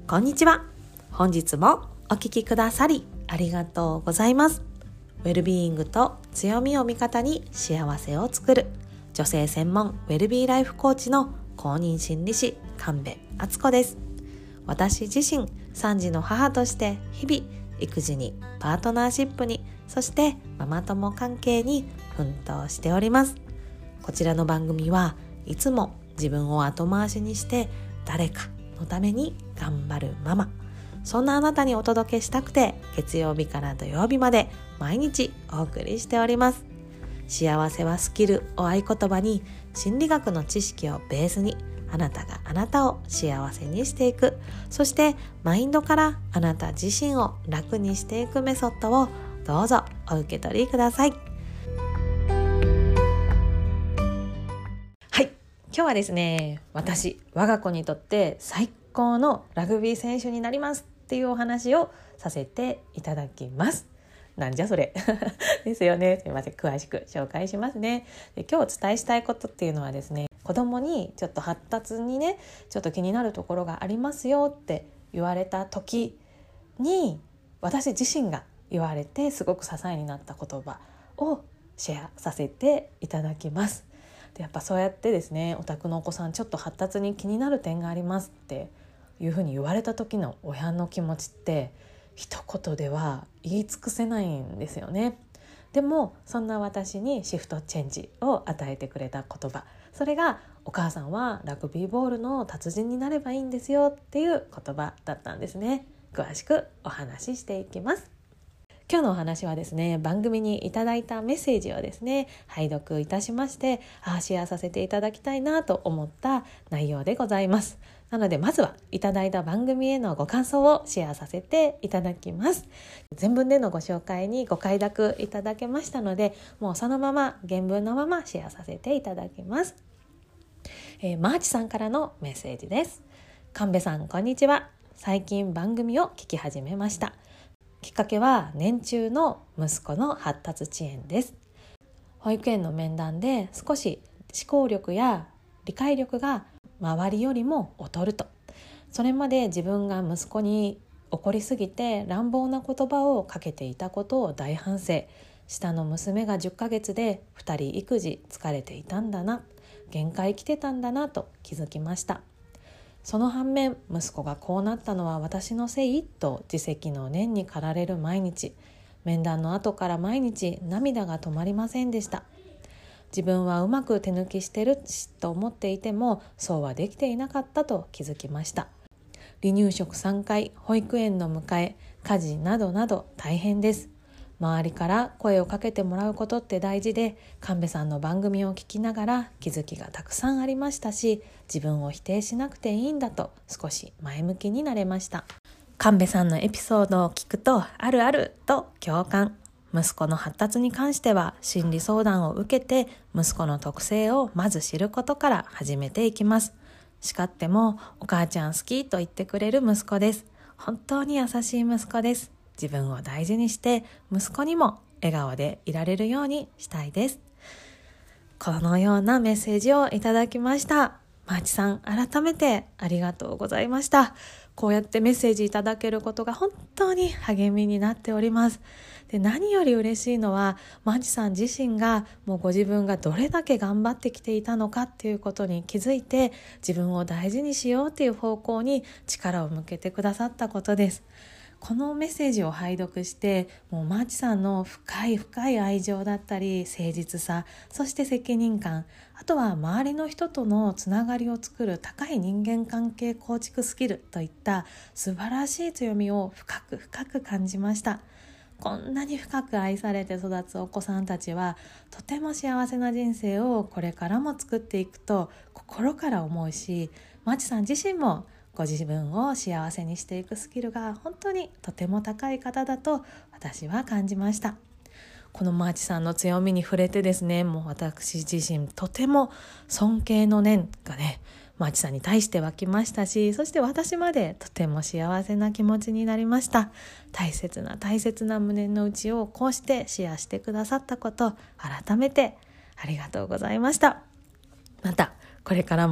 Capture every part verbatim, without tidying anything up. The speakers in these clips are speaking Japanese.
こんにちは。本日もお聞きくださりありがとうございます。ウェルビーイングと強みを味方に幸せを作る女性専門ウェルビーライフコーチの公認心理師神戸敦子です。私自身さん児の母として日々育児にパートナーシップにそしてママ友関係に奮闘しております。こちらの番組はいつも自分を後回しにして誰かのために頑張るママ、そんなあなたにお届けしたくて月曜日から土曜日まで毎日お送りしております。幸せはスキルを合言葉に心理学の知識をベースにあなたがあなたを幸せにしていく、そしてマインドからあなた自身を楽にしていくメソッドをどうぞお受け取りください。はい、今日はですね、私我が子にとって最高のラグビー選手になりますっていうお話をさせていただきます。なんじゃそれですよね。すみません、詳しく紹介しますね。で、今日お伝えしたいことっていうのはですね、子供にちょっと発達にねちょっと気になるところがありますよって言われた時に、私自身が言われてすごく支えになった言葉をシェアさせていただきます。で、やっぱそうやってですね、お宅のお子さんちょっと発達に気になる点がありますっていうふうに言われた時の親の気持ちって一言では言い尽くせないんですよね。でもそんな私にシフトチェンジを与えてくれた言葉、それがお母さんはラグビーボールの達人になればいいんですよっていう言葉だったんですね。詳しくお話ししていきます。今日のお話はですね、番組にいただいたメッセージをですね拝読いたしまして、あシェアさせていただきたいなと思った内容でございます。なのでまずはいただいた番組へのご感想をシェアさせていただきます。全文でのご紹介にご快諾いただけましたので、もうそのまま原文のままシェアさせていただきます。えー、マーチさんからのメッセージです。神戸さん、こんにちは。最近番組を聞き始めました。きっかけは年中の息子の発達遅延です。保育園の面談で少し思考力や理解力が周りよりも劣ると、それまで自分が息子に怒りすぎて乱暴な言葉をかけていたことを大反省。下の娘がじゅっかげつでふたり育児疲れていたんだな、限界来てたんだなと気づきました。その反面、息子がこうなったのは私のせいと自責の念に駆られる毎日。面談の後から毎日涙が止まりませんでした。自分はうまく手抜きしてるしと思っていても、そうはできていなかったと気づきました。離乳食さんかい、保育園の迎え、家事などなど大変です。周りから声をかけてもらうことって大事で、神戸さんの番組を聞きながら気づきがたくさんありましたし、自分を否定しなくていいんだと少し前向きになれました。神戸さんのエピソードを聞くと、あるあると共感。息子の発達に関しては心理相談を受けて、息子の特性をまず知ることから始めていきます。叱ってもお母ちゃん好きと言ってくれる息子です。本当に優しい息子です。自分を大事にして息子にも笑顔でいられるようにしたいです。このようなメッセージをいただきました。マーチさん、改めてありがとうございました。こうやってメッセージいただけることが本当に励みになっております。で、何より嬉しいのは、マーチさん自身がもうご自分がどれだけ頑張ってきていたのかっていうことに気づいて、自分を大事にしようっていう方向に力を向けてくださったことです。このメッセージを拝読して、もうマーチさんの深い深い愛情だったり誠実さ、そして責任感、あとは周りの人とのつながりを作る高い人間関係構築スキルといった素晴らしい強みを深く深く感じました。こんなに深く愛されて育つお子さんたちはとても幸せな人生をこれからも作っていくと心から思うし、マーチさん自身もご自分を幸せにしていくスキルが本当にとても高い方だと私は感じました。このマーチさんの強みに触れてですね、もう私自身とても尊敬の念がね、マーチさんに対して湧きましたし、そして私までとても幸せな気持ちになりました。大切な大切な胸の内をこうしてシェアしてくださったこと改めてありがとうございました。またこれからも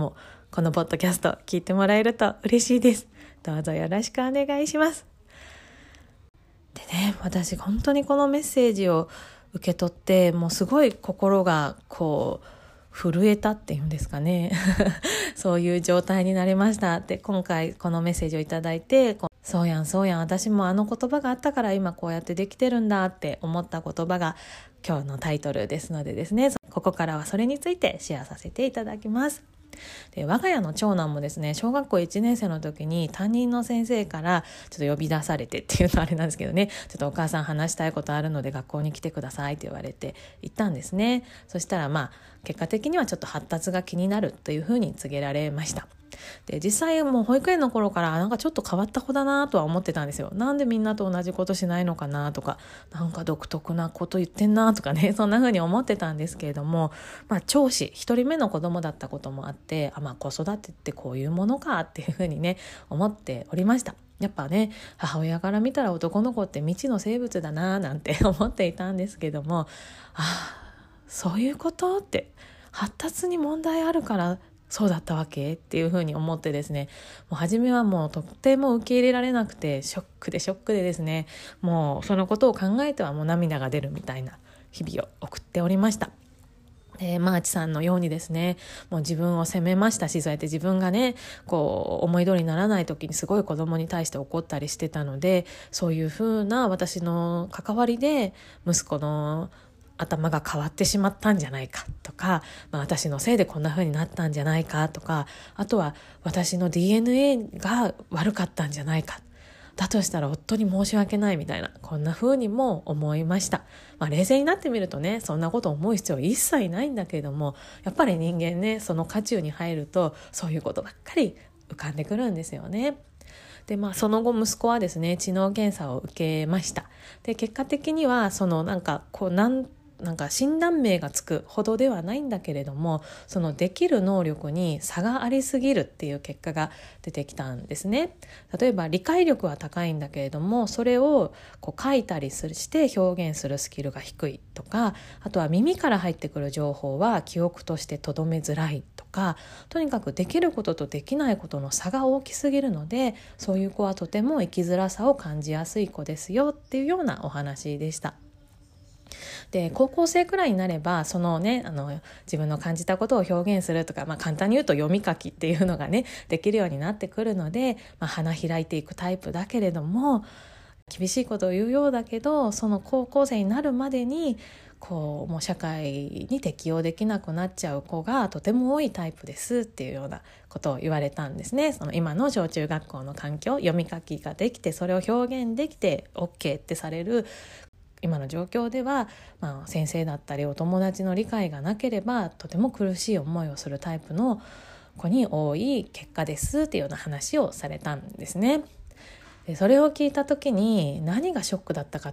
このポッドキャスト聞いてもらえると嬉しいです。どうぞよろしくお願いします。でね、私本当にこのメッセージを受け取ってもうすごい心がこう震えたっていうんですかねそういう状態になりました。で、今回このメッセージをいただいて、そうやんそうやん、私もあの言葉があったから今こうやってできてるんだって思った言葉が今日のタイトルですのでですね、ここからはそれについてシェアさせていただきます。で、我が家の長男もですね、小学校いちねん生の時に担任の先生からちょっと呼び出されてっていうのはあれなんですけどね、ちょっとお母さん話したいことあるので学校に来てくださいって言われて行ったんですね。そしたらまあ結果的にはちょっと発達が気になるというふうに告げられました。で、実際もう保育園の頃からなんかちょっと変わった子だなとは思ってたんですよ。なんでみんなと同じことしないのかなとか、なんか独特なこと言ってんなとかね、そんな風に思ってたんですけれども、まあ長子一人目の子供だったこともあって、あ、まあ子育てってこういうものかっていう風にね思っておりました。やっぱね、母親から見たら男の子って未知の生物だななんて思っていたんですけども、あ、そういうことって発達に問題あるからそうだったわけっていうふうに思ってですね、もう初めはもうとっても受け入れられなくてショックでショックでですね、もうそのことを考えてはもう涙が出るみたいな日々を送っておりました。で、マーチさんのようにですね、もう自分を責めましたし、そうやって自分がねこう思い通りにならない時にすごい子供に対して怒ったりしてたので、そういうふうな私の関わりで息子の頭が変わってしまったんじゃないかとか、まあ、私のせいでこんな風になったんじゃないかとか、あとは私の ディーエヌエー が悪かったんじゃないか、だとしたら夫に申し訳ないみたいな、こんな風にも思いました。まあ、冷静になってみるとね、そんなこと思う必要一切ないんだけれども、やっぱり人間ね、その渦中に入るとそういうことばっかり浮かんでくるんですよね。で、まあ、その後息子はですね知能検査を受けました。で、結果的にはそのなんかこうなんなんか診断名がつくほどではないんだけれども、そのできる能力に差がありすぎるっていう結果が出てきたんですね。例えば理解力は高いんだけれども、それをこう書いたりするして表現するスキルが低いとか、あとは耳から入ってくる情報は記憶として留めづらいとか、とにかくできることとできないことの差が大きすぎるので、そういう子はとても生きづらさを感じやすい子ですよっていうようなお話でした。で、高校生くらいになればそのねあの自分の感じたことを表現するとか、まあ、簡単に言うと読み書きっていうのがねできるようになってくるので、まあ、花開いていくタイプだけれども、厳しいことを言うようだけど、その高校生になるまでにこうもう社会に適応できなくなっちゃう子がとても多いタイプですっていうようなことを言われたんですね。その今の小中学校の環境、読み書きができてそれを表現できて OK ってされる今の状況では、まあ、先生だったりお友達の理解がなければとても苦しい思いをするタイプの子に多い結果ですっていうような話をされたんですね。で、それを聞いた時に何がショックだったかって、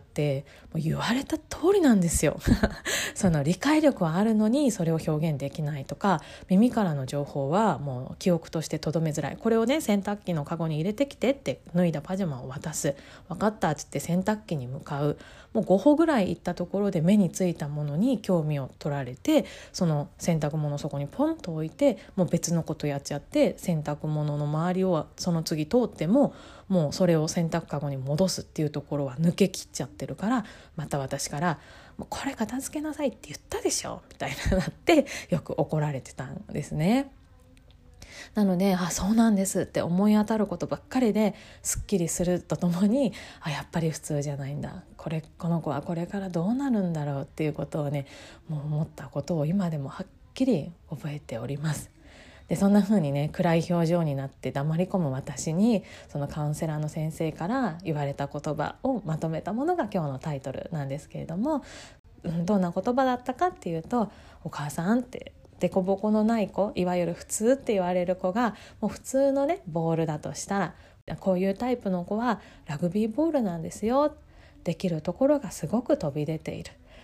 もう言われた通りなんですよその理解力はあるのにそれを表現できないとか、耳からの情報はもう記憶として留めづらい、これをね洗濯機のカゴに入れてきてって脱いだパジャマを渡す、分かったっつって洗濯機に向かう、もうご歩ぐらい行ったところで目についたものに興味を取られて、その洗濯物をそこにポンと置いてもう別のことやっちゃって、洗濯物の周りをその次通ってももうそれを洗濯かごに戻すっていうところは抜けきっちゃってるから、また私からもうこれ片付けなさいって言ったでしょみたいななってよく怒られてたんですね。なので、あ、そうなんですって思い当たることばっかりですっきりするとともに、あ、やっぱり普通じゃないんだ、これこの子はこれからどうなるんだろうっていうことをねもう思ったことを今でもはっきり覚えております。で、そんな風にね暗い表情になって黙り込む私に、そのカウンセラーの先生から言われた言葉をまとめたものが今日のタイトルなんですけれども、うん、どんな言葉だったかっていうと、お母さんってデコボコのない子、いわゆる普通って言われる子がもう普通のねボールだとしたら、こういうタイプの子はラグビーボールなんですよ、できるところがすごく飛び出ている、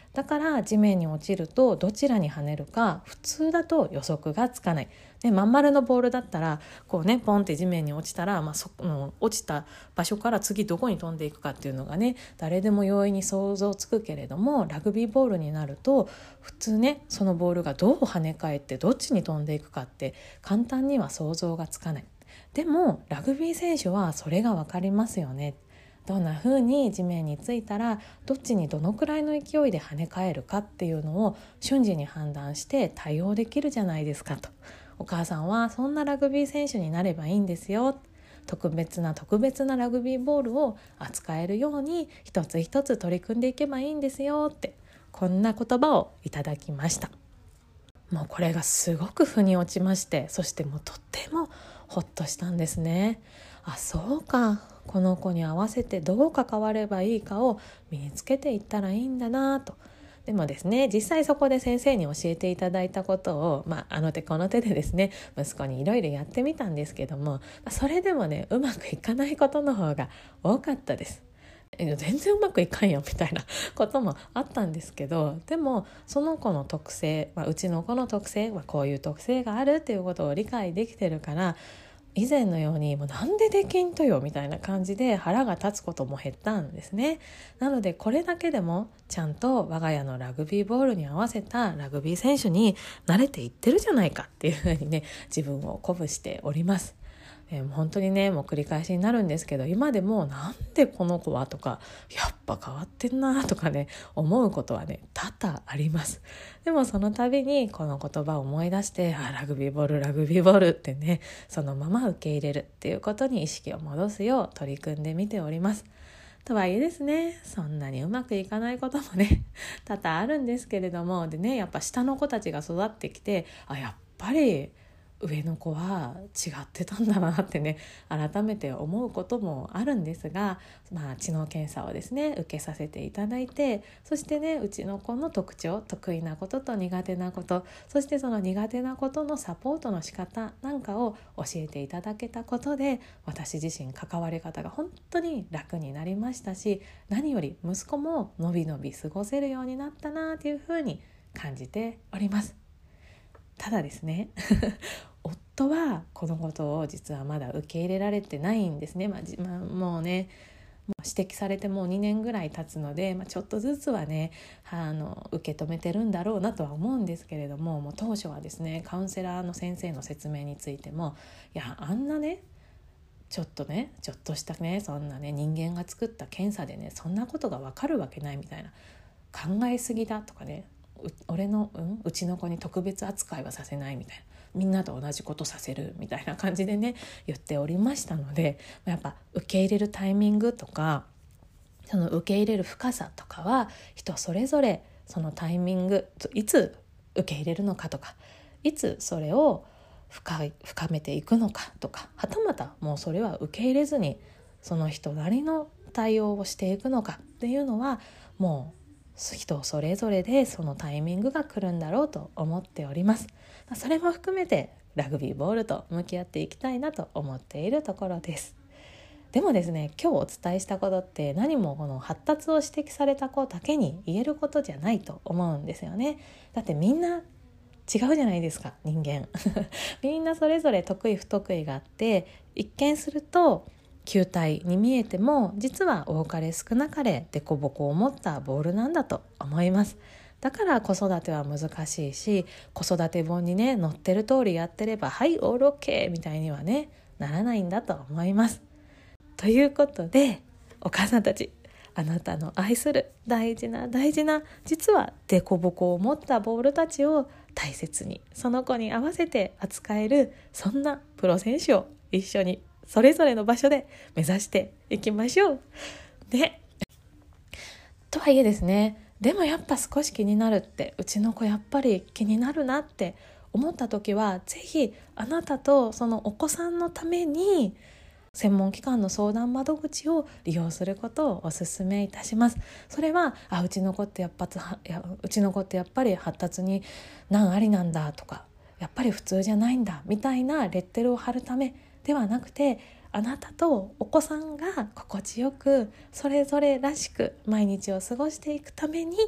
だから地面に落ちるとどちらに跳ねるか普通だと予測がつかない。でまん丸のボールだったらこうねポンって地面に落ちたら、まあ、その落ちた場所から次どこに飛んでいくかっていうのがね誰でも容易に想像つくけれども、ラグビーボールになると普通ねそのボールがどう跳ね返ってどっちに飛んでいくかって簡単には想像がつかない。でもラグビー選手はそれが分かりますよね。どんな風に地面についたらどっちにどのくらいの勢いで跳ね返るかっていうのを瞬時に判断して対応できるじゃないですかと。お母さんはそんなラグビー選手になればいいんですよ。特別な特別なラグビーボールを扱えるように一つ一つ取り組んでいけばいいんですよって、こんな言葉をいただきました。もうこれがすごく腑に落ちまして、そしてもうとってもほっとしたんですね。あ、そうか、この子に合わせてどう関わればいいかを身につけていったらいいんだなと。でもですね、実際そこで先生に教えていただいたことを、まあ、あの手この手でですね息子にいろいろやってみたんですけども、それでもねうまくいかないことの方が多かったです。全然うまくいかんよみたいなこともあったんですけど、でもその子の特性、まあ、うちの子の特性はこういう特性があるっていうことを理解できてるから、以前のようにもうなんでできんとよみたいな感じで腹が立つことも減ったんですね。なのでこれだけでもちゃんと我が家のラグビーボールに合わせたラグビー選手に慣れていってるじゃないかっていうふうにね自分を鼓舞しております。えー、本当にねもう繰り返しになるんですけど、今でもなんでこの子はとかやっぱ変わってんなとかね思うことはね多々あります。でもその度にこの言葉を思い出して、あラグビーボールラグビーボールってねそのまま受け入れるっていうことに意識を戻すよう取り組んでみております。とはいえですね、そんなにうまくいかないこともね多々あるんですけれども、でねやっぱ下の子たちが育ってきて、あやっぱり上の子は違ってたんだなってね改めて思うこともあるんですが、まあ、知能検査をですね受けさせていただいて、そしてねうちの子の特徴、得意なことと苦手なこと、そしてその苦手なことのサポートの仕方なんかを教えていただけたことで、私自身関わり方が本当に楽になりましたし、何より息子ものびのび過ごせるようになったなというふうに感じております。ただですね夫はこのことを実はまだ受け入れられてないんですね。まあまあ、もうねもう指摘されてもうにねんぐらい経つので、まあ、ちょっとずつはねあの受け止めてるんだろうなとは思うんですけれども、もう当初はですねカウンセラーの先生の説明についても、いやあんなねちょっとねちょっとしたねそんなね人間が作った検査でねそんなことが分かるわけないみたいな、考えすぎだとかね、う俺の、うん、うちの子に特別扱いはさせないみたいな、みんなと同じことさせるみたいな感じでね言っておりましたので、やっぱ受け入れるタイミングとかその受け入れる深さとかは人それぞれ、そのタイミングいつ受け入れるのかとか、いつそれを 深い深めていくのかとか、はたまたもうそれは受け入れずにその人なりの対応をしていくのかっていうのはもう人それぞれでそのタイミングが来るんだろうと思っております。それも含めてラグビーボールと向き合っていきたいなと思っているところです。でもですね、今日お伝えしたことって何もこの発達を指摘された子だけに言えることじゃないと思うんですよね。だってみんな違うじゃないですか、人間みんなそれぞれ得意不得意があって、一見すると球体に見えても実は多かれ少なかれデコボコを持ったボールなんだと思います。だから子育ては難しいし、子育て本にね載ってる通りやってればはいオールオッケーみたいにはねならないんだと思います。ということでお母さんたち、あなたの愛する大事な大事な実はデコボコを持ったボールたちを大切にその子に合わせて扱える、そんなプロ選手を一緒にそれぞれの場所で目指していきましょう。で、とはいえですね、でもやっぱ少し気になるって、うちの子やっぱり気になるなって思った時は、ぜひあなたとそのお子さんのために専門機関の相談窓口を利用することをお勧めいたします。それはあうちの子ってやっぱやうちの子ってやっぱり発達に難ありなんだとか、やっぱり普通じゃないんだみたいなレッテルを貼るためではなくて、あなたとお子さんが心地よくそれぞれらしく毎日を過ごしていくために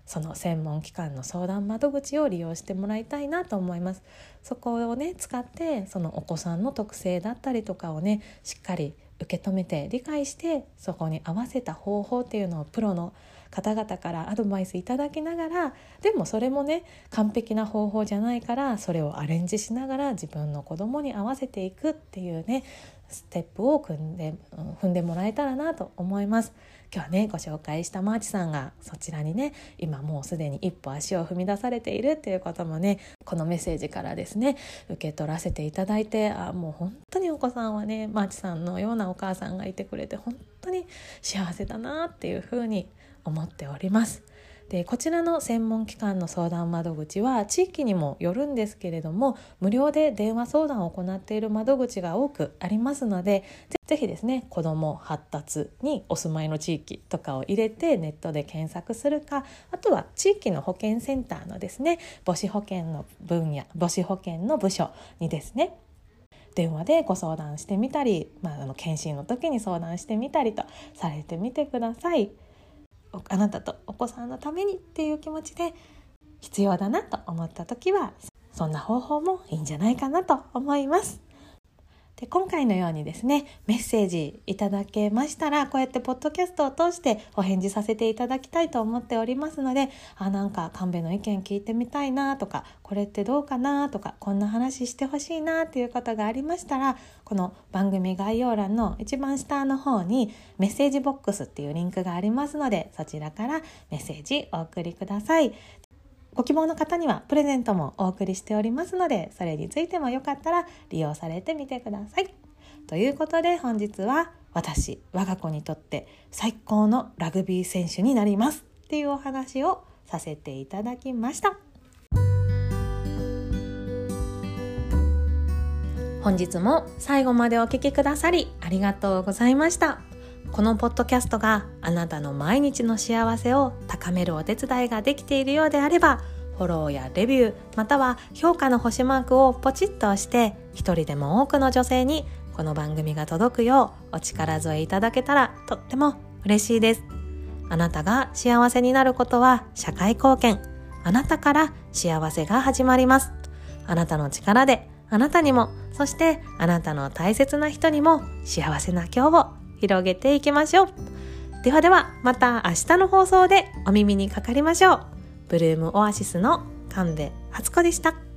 その専門機関の相談窓口を利用してもらいたいなと思います。そこをね使ってそのお子さんの特性だったりとかをねしっかり受け止めて理解して、そこに合わせた方法っていうのをプロの方々からアドバイスいただきながら、でもそれもね完璧な方法じゃないから、それをアレンジしながら自分の子供に合わせていくっていうねステップを組んで、うん、踏んでもらえたらなと思います。今日はねご紹介したマーチさんがそちらにね今もうすでに一歩足を踏み出されているっていうこともね、このメッセージからですね受け取らせていただいて、あもう本当にお子さんはねマーチさんのようなお母さんがいてくれて本当に幸せだなっていうふうに思っております。でこちらの専門機関の相談窓口は地域にもよるんですけれども、無料で電話相談を行っている窓口が多くありますので、ぜひですね子ども発達にお住まいの地域とかを入れてネットで検索するか、あとは地域の保健センターのですね母子保険の分野母子保険の部署にですね電話でご相談してみたり、まあ、あの検診の時に相談してみたりとされてみてください。あなたとお子さんのためにっていう気持ちで必要だなと思った時はそんな方法もいいんじゃないかなと思います。で今回のようにですねメッセージいただけましたら、こうやってポッドキャストを通してお返事させていただきたいと思っておりますので、あなんか神戸の意見聞いてみたいなとか、これってどうかなとか、こんな話してほしいなっていうことがありましたら、この番組概要欄の一番下の方にメッセージボックスっていうリンクがありますので、そちらからメッセージお送りください。ご希望の方にはプレゼントもお送りしておりますので、それについてもよかったら利用されてみてください。ということで本日は私我が子にとって最高のラグビー選手になりますっていうお話をさせていただきました。本日も最後までお聞きくださりありがとうございました。このポッドキャストがあなたの毎日の幸せを高めるお手伝いができているようであれば、フォローやレビューまたは評価の星マークをポチッと押して、一人でも多くの女性にこの番組が届くようお力添えいただけたらとっても嬉しいです。あなたが幸せになることは社会貢献。あなたから幸せが始まります。あなたの力であなたにも、そしてあなたの大切な人にも幸せな今日を広げていきましょう。ではではまた明日の放送でお耳にかかりましょう。ブルームオアシスの神戸初子でした。